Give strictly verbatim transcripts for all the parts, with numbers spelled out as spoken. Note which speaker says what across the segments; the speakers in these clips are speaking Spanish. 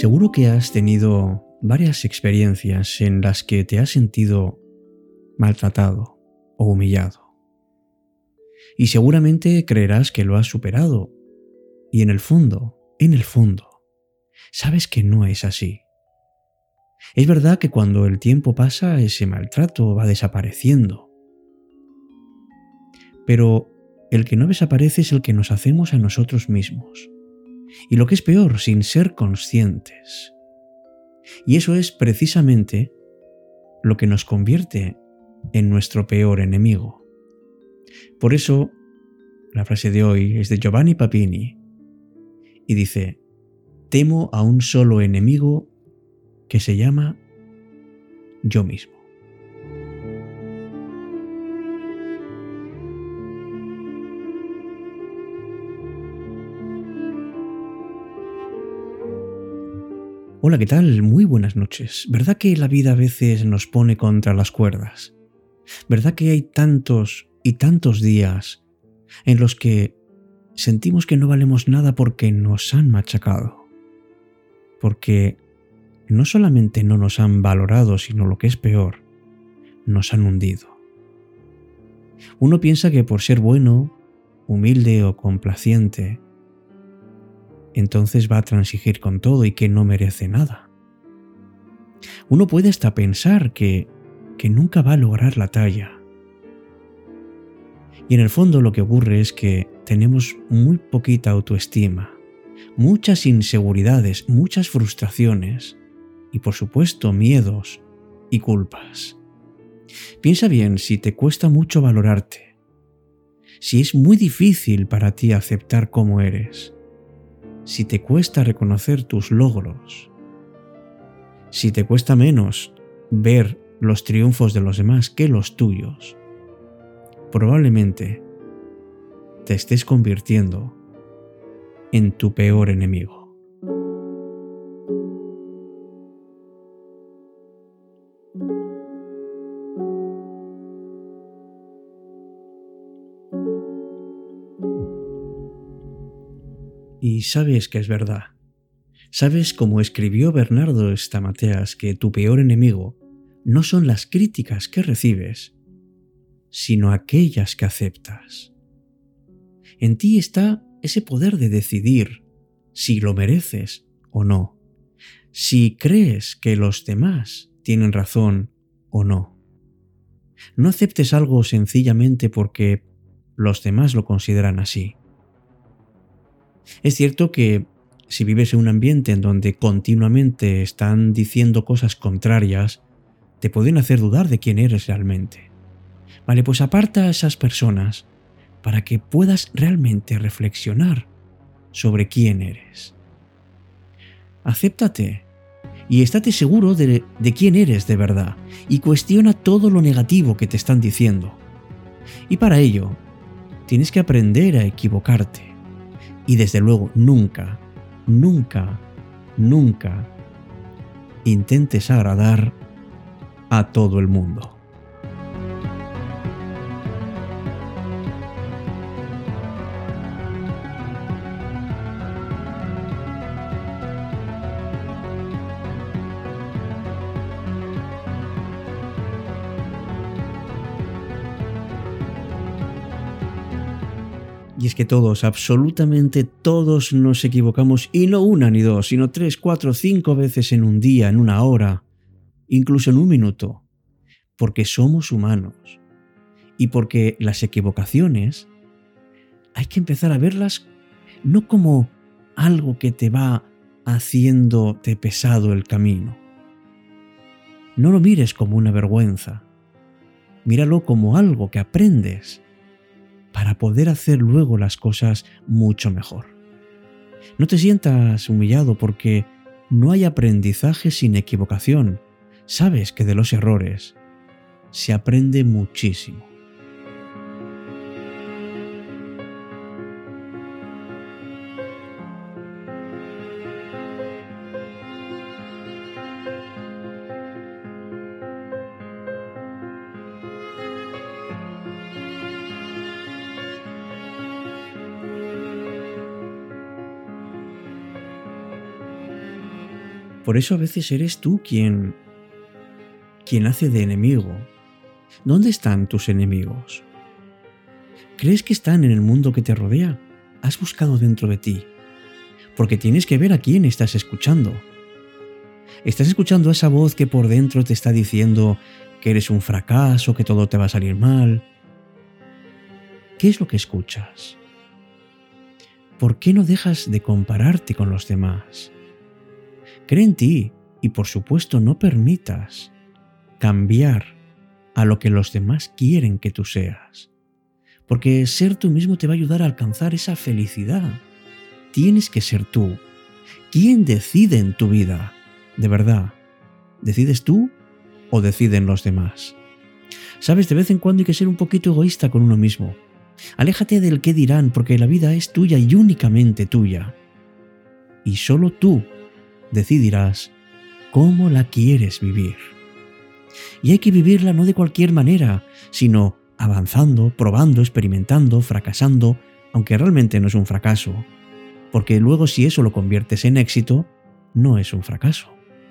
Speaker 1: Seguro que has tenido varias experiencias en las que te has sentido maltratado o humillado. Y seguramente creerás que lo has superado. Y en el fondo, en el fondo, sabes que no es así. Es verdad que cuando el tiempo pasa, ese maltrato va desapareciendo. Pero el que no desaparece es el que nos hacemos a nosotros mismos. Y lo que es peor, sin ser conscientes. Y eso es precisamente lo que nos convierte en nuestro peor enemigo. Por eso, la frase de hoy es de Giovanni Papini y dice: temo a un solo enemigo que se llama yo mismo. Hola, ¿qué tal? Muy buenas noches. ¿Verdad que la vida a veces nos pone contra las cuerdas? ¿Verdad que hay tantos y tantos días en los que sentimos que no valemos nada porque nos han machacado? Porque no solamente no nos han valorado, sino lo que es peor, nos han hundido. Uno piensa que por ser bueno, humilde o complaciente, entonces va a transigir con todo y que no merece nada. Uno puede hasta pensar que, que nunca va a lograr la talla. Y en el fondo lo que ocurre es que tenemos muy poquita autoestima, muchas inseguridades, muchas frustraciones y por supuesto miedos y culpas. Piensa bien si te cuesta mucho valorarte, si es muy difícil para ti aceptar cómo eres, si te cuesta reconocer tus logros, si te cuesta menos ver los triunfos de los demás que los tuyos, probablemente te estés convirtiendo en tu peor enemigo. Y sabes que es verdad. Sabes, como escribió Bernardo Stamateas, que tu peor enemigo no son las críticas que recibes, sino aquellas que aceptas. En ti está ese poder de decidir si lo mereces o no, si crees que los demás tienen razón o no. No aceptes algo sencillamente porque los demás lo consideran así. Es cierto que si vives en un ambiente en donde continuamente están diciendo cosas contrarias, te pueden hacer dudar de quién eres realmente. Vale, pues aparta a esas personas para que puedas realmente reflexionar sobre quién eres. Acéptate y estate seguro de, de quién eres de verdad y cuestiona todo lo negativo que te están diciendo. Y para ello, tienes que aprender a equivocarte. Y desde luego, nunca, nunca, nunca intentes agradar a todo el mundo. Y es que todos, absolutamente todos nos equivocamos, y no una ni dos, sino tres, cuatro, cinco veces en un día, en una hora, incluso en un minuto, porque somos humanos y porque las equivocaciones hay que empezar a verlas no como algo que te va haciéndote pesado el camino. No lo mires como una vergüenza, míralo como algo que aprendes para poder hacer luego las cosas mucho mejor. No te sientas humillado porque no hay aprendizaje sin equivocación. Sabes que de los errores se aprende muchísimo. Por eso a veces eres tú quien, quien hace de enemigo. ¿Dónde están tus enemigos? ¿Crees que están en el mundo que te rodea? Has buscado dentro de ti, porque tienes que ver a quién estás escuchando. ¿Estás escuchando a esa voz que por dentro te está diciendo que eres un fracaso, que todo te va a salir mal? ¿Qué es lo que escuchas? ¿Por qué no dejas de compararte con los demás? Cree en ti y, por supuesto, no permitas cambiar a lo que los demás quieren que tú seas. Porque ser tú mismo te va a ayudar a alcanzar esa felicidad. Tienes que ser tú. ¿Quién decide en tu vida? De verdad, ¿decides tú o deciden los demás? Sabes, de vez en cuando hay que ser un poquito egoísta con uno mismo. Aléjate del qué dirán, porque la vida es tuya y únicamente tuya. Y solo tú decidirás cómo la quieres vivir. Y hay que vivirla no de cualquier manera, sino avanzando, probando, experimentando, fracasando, aunque realmente no es un fracaso, porque luego si eso lo conviertes en éxito, no es un fracaso.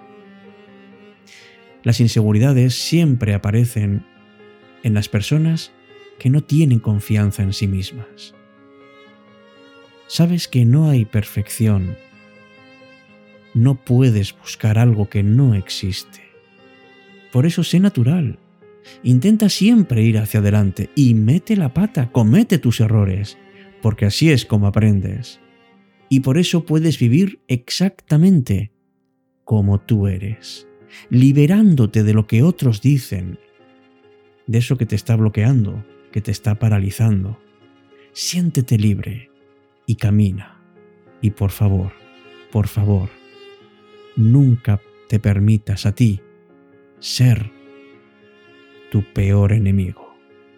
Speaker 1: Las inseguridades siempre aparecen en las personas que no tienen confianza en sí mismas. Sabes que no hay perfección. No puedes buscar algo que no existe. Por eso sé natural. Intenta siempre ir hacia adelante y mete la pata, comete tus errores, porque así es como aprendes. Y por eso puedes vivir exactamente como tú eres, liberándote de lo que otros dicen, de eso que te está bloqueando, que te está paralizando. Siéntete libre y camina. Y por favor, por favor, nunca te permitas a ti ser tu peor enemigo.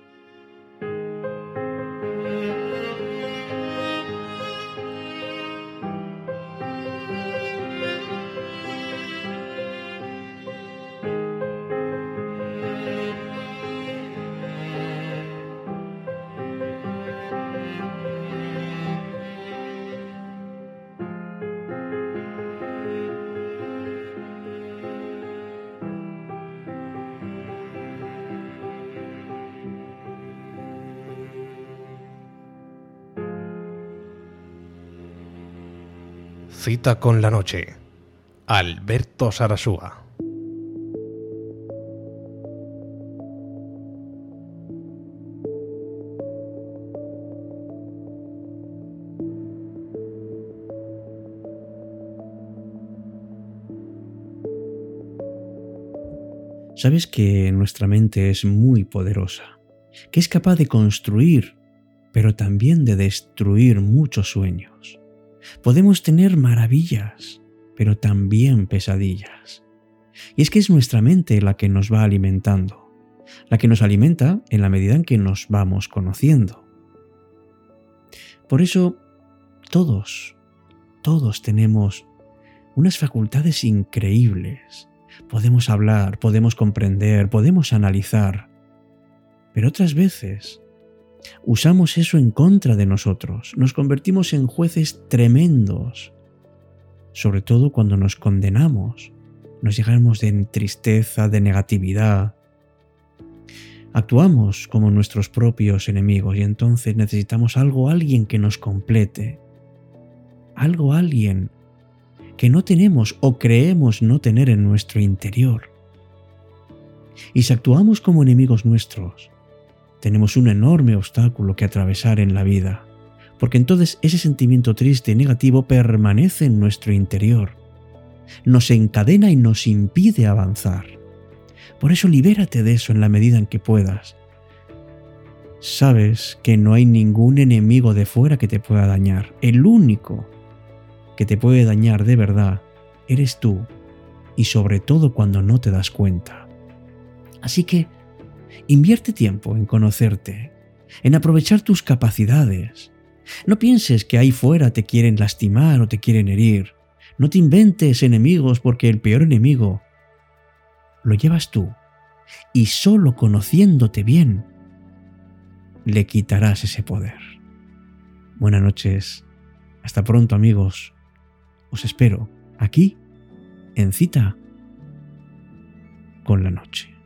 Speaker 2: Cita con la noche. Alberto Sarasúa.
Speaker 1: Sabes que nuestra mente es muy poderosa, que es capaz de construir, pero también de destruir muchos sueños. Podemos tener maravillas, pero también pesadillas. Y es que es nuestra mente la que nos va alimentando, la que nos alimenta en la medida en que nos vamos conociendo. Por eso, todos, todos tenemos unas facultades increíbles. Podemos hablar, podemos comprender, podemos analizar, pero otras veces usamos eso en contra de nosotros, nos convertimos en jueces tremendos, sobre todo cuando nos condenamos, nos llenamos de tristeza, de negatividad. Actuamos como nuestros propios enemigos y entonces necesitamos algo, alguien que nos complete, algo, alguien que no tenemos o creemos no tener en nuestro interior. Y si actuamos como enemigos nuestros, tenemos un enorme obstáculo que atravesar en la vida, porque entonces ese sentimiento triste y negativo permanece en nuestro interior, nos encadena y nos impide avanzar. Por eso libérate de eso en la medida en que puedas. Sabes que no hay ningún enemigo de fuera que te pueda dañar. El único que te puede dañar de verdad eres tú, y sobre todo cuando no te das cuenta. Así que invierte tiempo en conocerte, en aprovechar tus capacidades. No pienses que ahí fuera te quieren lastimar o te quieren herir. No te inventes enemigos, porque el peor enemigo lo llevas tú, y solo conociéndote bien le quitarás ese poder. Buenas noches. Hasta pronto, amigos. Os espero aquí en Cita con la Noche.